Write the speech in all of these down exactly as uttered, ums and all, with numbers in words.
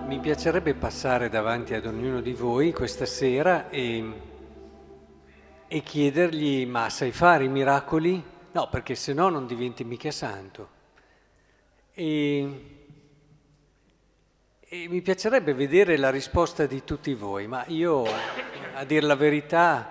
Mi piacerebbe passare davanti ad ognuno di voi questa sera e, e chiedergli: ma sai fare i miracoli? No, perché se no non diventi mica santo. E, e mi piacerebbe vedere la risposta di tutti voi, ma io, a dir la verità,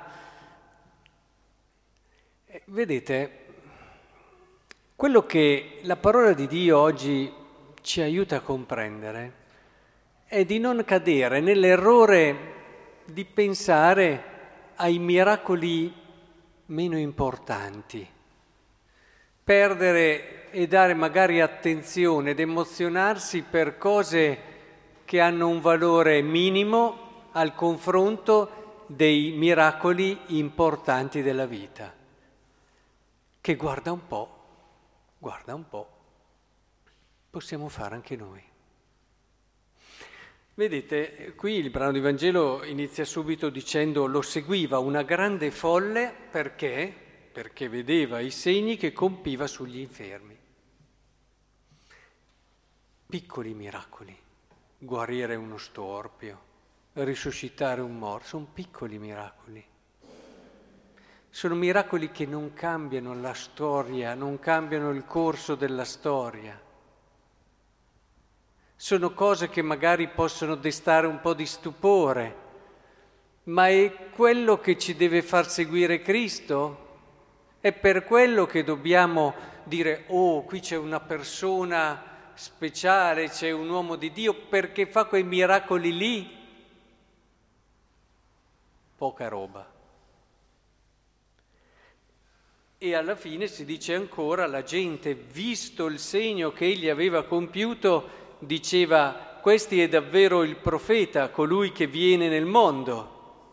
eh, vedete, quello che la parola di Dio oggi ci aiuta a comprendere è di non cadere nell'errore di pensare ai miracoli meno importanti, perdere e dare magari attenzione ed emozionarsi per cose che hanno un valore minimo al confronto dei miracoli importanti della vita, che guarda un po', guarda un po', possiamo fare anche noi. Vedete, qui il brano di Vangelo inizia subito dicendo: lo seguiva una grande folle perché? Perché vedeva i segni che compiva sugli infermi. Piccoli miracoli, guarire uno storpio, risuscitare un morto, sono piccoli miracoli. Sono miracoli che non cambiano la storia, non cambiano il corso della storia. Sono cose che magari possono destare un po' di stupore, ma è quello che ci deve far seguire Cristo? È per quello che dobbiamo dire: oh, qui c'è una persona speciale, c'è un uomo di Dio, perché fa quei miracoli lì? Poca roba. E alla fine si dice ancora: la gente, visto il segno che egli aveva compiuto, diceva: questi è davvero il profeta, colui che viene nel mondo.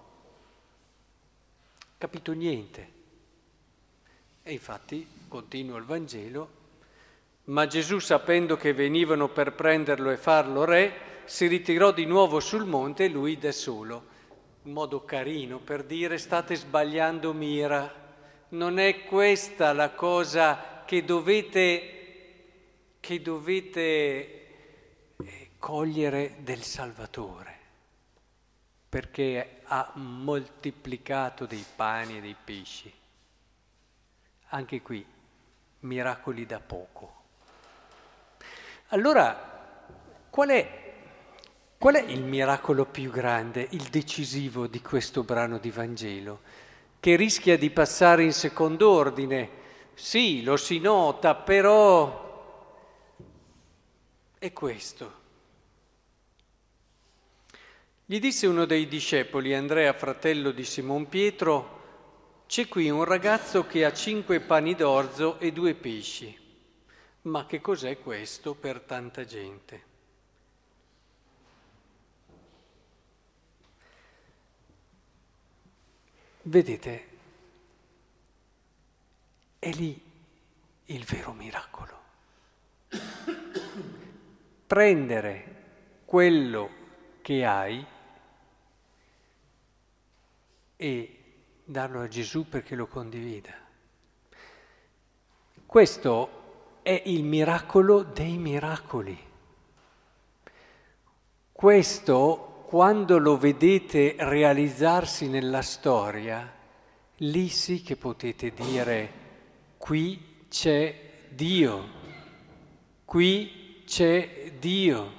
Capito niente. E infatti continua il Vangelo: ma Gesù, sapendo che venivano per prenderlo e farlo re, si ritirò di nuovo sul monte, lui da solo. Un modo carino per dire: state sbagliando mira, non è questa la cosa che dovete, che dovete cogliere del Salvatore, perché ha moltiplicato dei pani e dei pesci. Anche qui, miracoli da poco. Allora, qual è, qual è il miracolo più grande, il decisivo di questo brano di Vangelo, che rischia di passare in secondo ordine? Sì, lo si nota, però è questo. Gli disse uno dei discepoli, Andrea, fratello di Simon Pietro: c'è qui un ragazzo che ha cinque pani d'orzo e due pesci. Ma che cos'è questo per tanta gente? Vedete, è lì il vero miracolo. Prendere quello che hai e darlo a Gesù perché lo condivida. Questo è il miracolo dei miracoli. Questo, quando lo vedete realizzarsi nella storia, lì sì che potete dire: qui c'è Dio, qui c'è Dio.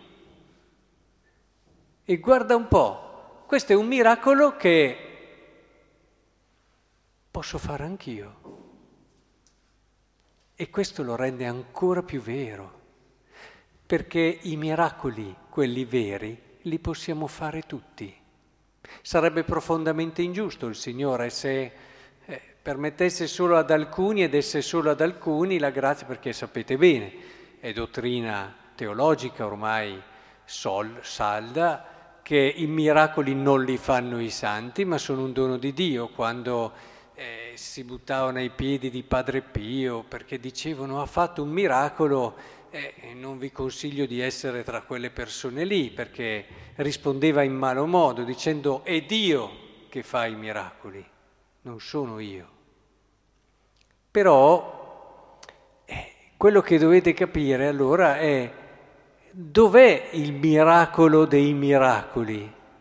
E guarda un po', questo è un miracolo che posso fare anch'io. E questo lo rende ancora più vero, perché i miracoli, quelli veri, li possiamo fare tutti. Sarebbe profondamente ingiusto il Signore se eh, permettesse solo ad alcuni e desse solo ad alcuni la grazia, perché sapete bene, è dottrina teologica ormai sol, salda, che i miracoli non li fanno i santi, ma sono un dono di Dio. Quando eh, si buttavano ai piedi di Padre Pio perché dicevano: ha fatto un miracolo, eh, non vi consiglio di essere tra quelle persone lì, perché rispondeva in malo modo dicendo: è Dio che fa i miracoli, non sono io. Però eh, quello che dovete capire allora è: dov'è il miracolo dei miracoli?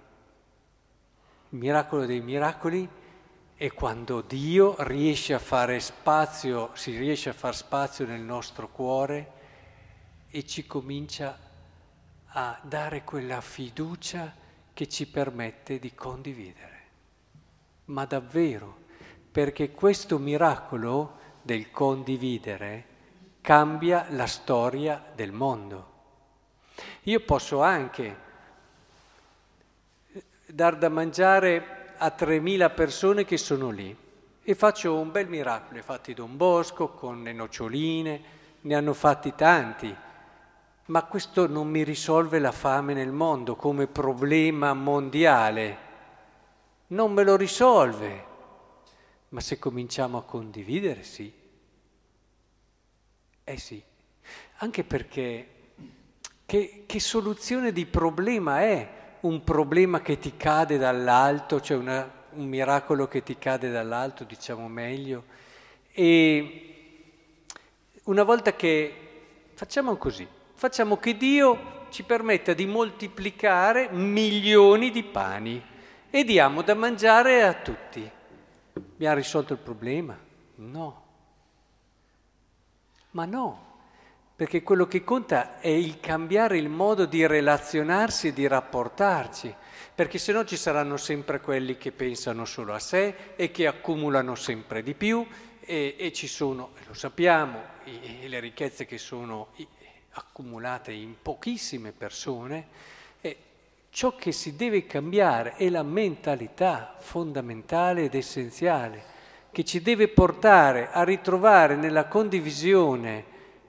Il miracolo dei miracoli è quando Dio riesce a fare spazio, si riesce a far spazio nel nostro cuore e ci comincia a dare quella fiducia che ci permette di condividere. Ma davvero, perché questo miracolo del condividere cambia la storia del mondo. Io posso anche dar da mangiare a tremila persone che sono lì e faccio un bel miracolo, ne fatti Don Bosco con le noccioline, ne hanno fatti tanti, ma questo non mi risolve la fame nel mondo come problema mondiale, non me lo risolve, ma se cominciamo a condividere sì, eh sì, anche perché che, che soluzione di problema è un problema che ti cade dall'alto, cioè una, un miracolo che ti cade dall'alto, diciamo meglio. E una volta che facciamo così, facciamo che Dio ci permetta di moltiplicare milioni di pani e diamo da mangiare a tutti. Mi ha risolto il problema? No. Ma no. Perché quello che conta è il cambiare il modo di relazionarsi e di rapportarci, perché sennò ci saranno sempre quelli che pensano solo a sé e che accumulano sempre di più e, e ci sono, lo sappiamo, i, le ricchezze che sono accumulate in pochissime persone. E ciò che si deve cambiare è la mentalità fondamentale ed essenziale, che ci deve portare a ritrovare nella condivisione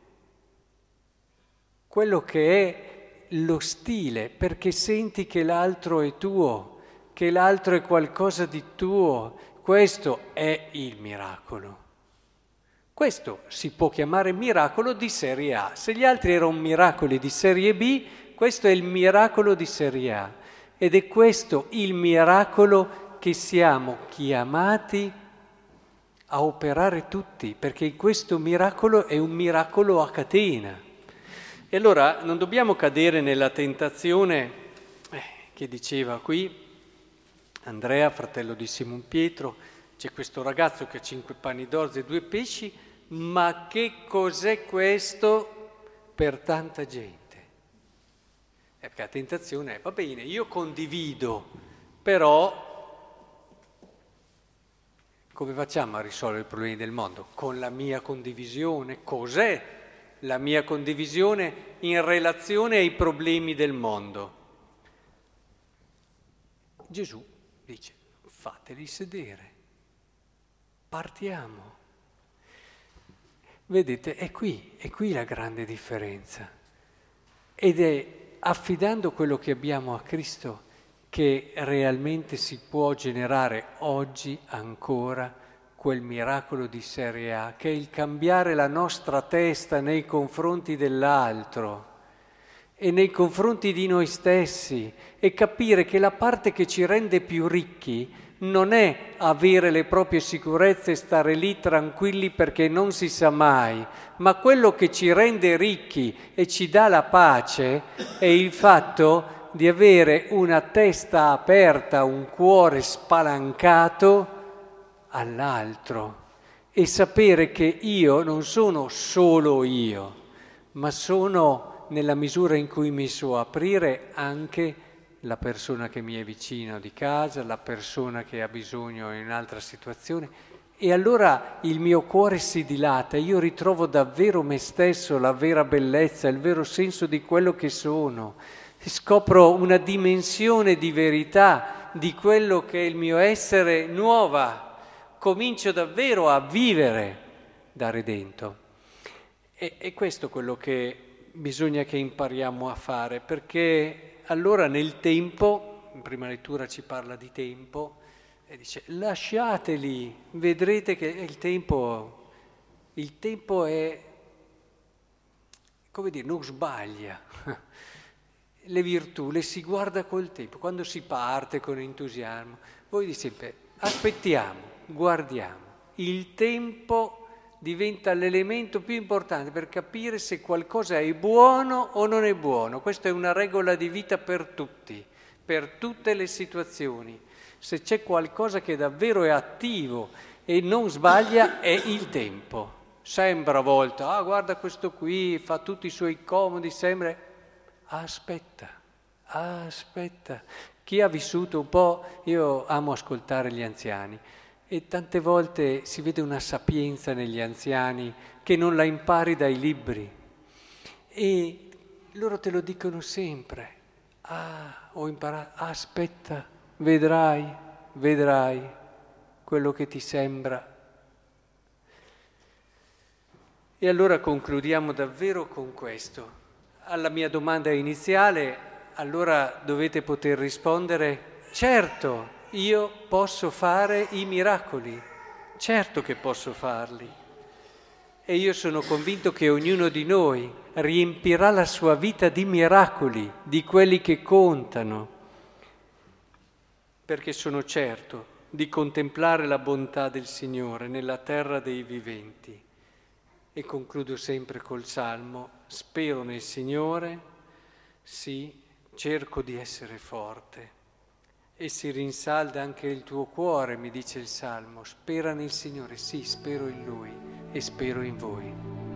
quello che è lo stile, perché senti che l'altro è tuo, che l'altro è qualcosa di tuo. Questo è il miracolo. Questo si può chiamare miracolo di serie A. Se gli altri erano miracoli di serie B, questo è il miracolo di serie A. Ed è questo il miracolo che siamo chiamati a operare tutti, perché questo miracolo è un miracolo a catena. E allora non dobbiamo cadere nella tentazione eh, che diceva qui Andrea, fratello di Simon Pietro, c'è questo ragazzo che ha cinque pani d'orzo e due pesci, ma che cos'è questo per tanta gente? Eh, perché la tentazione è, va bene, io condivido, però come facciamo a risolvere i problemi del mondo? Con la mia condivisione. Cos'è la mia condivisione in relazione ai problemi del mondo? Gesù dice, fateli sedere, partiamo. Vedete, è qui, è qui la grande differenza. Ed è affidando quello che abbiamo a Cristo che realmente si può generare oggi ancora quel miracolo di serie A, che è il cambiare la nostra testa nei confronti dell'altro e nei confronti di noi stessi e capire che la parte che ci rende più ricchi non è avere le proprie sicurezze e stare lì tranquilli perché non si sa mai, ma quello che ci rende ricchi e ci dà la pace è il fatto di avere una testa aperta, un cuore spalancato all'altro e sapere che io non sono solo io, ma sono, nella misura in cui mi so aprire, anche la persona che mi è vicino di casa, la persona che ha bisogno in un'altra situazione, e allora il mio cuore si dilata, io ritrovo davvero me stesso, la vera bellezza, il vero senso di quello che sono, scopro una dimensione di verità di quello che è il mio essere nuova, comincio davvero a vivere da redento. E, e questo è quello che bisogna che impariamo a fare, perché allora nel tempo, in prima lettura ci parla di tempo, e dice lasciateli, vedrete che il tempo, il tempo è, come dire, non sbaglia. Le virtù le si guarda col tempo, quando si parte con entusiasmo. Voi dite sempre, aspettiamo, guardiamo, il tempo diventa l'elemento più importante per capire se qualcosa è buono o non è buono. Questa è una regola di vita per tutti, per tutte le situazioni. Se c'è qualcosa che davvero è attivo e non sbaglia, è il tempo. Sembra a volte, ah guarda questo qui, fa tutti i suoi comodi, sembra... Aspetta, aspetta. Chi ha vissuto un po', io amo ascoltare gli anziani, e tante volte si vede una sapienza negli anziani che non la impari dai libri. E loro te lo dicono sempre. Ah, ho imparato, aspetta, vedrai, vedrai quello che ti sembra. E allora concludiamo davvero con questo. Alla mia domanda iniziale, allora dovete poter rispondere, certo, io posso fare i miracoli, certo che posso farli. E io sono convinto che ognuno di noi riempirà la sua vita di miracoli, di quelli che contano, perché sono certo di contemplare la bontà del Signore nella terra dei viventi. E concludo sempre col Salmo, spero nel Signore, sì, cerco di essere forte. E si rinsalda anche il tuo cuore, mi dice il Salmo, spera nel Signore, sì, spero in Lui e spero in voi.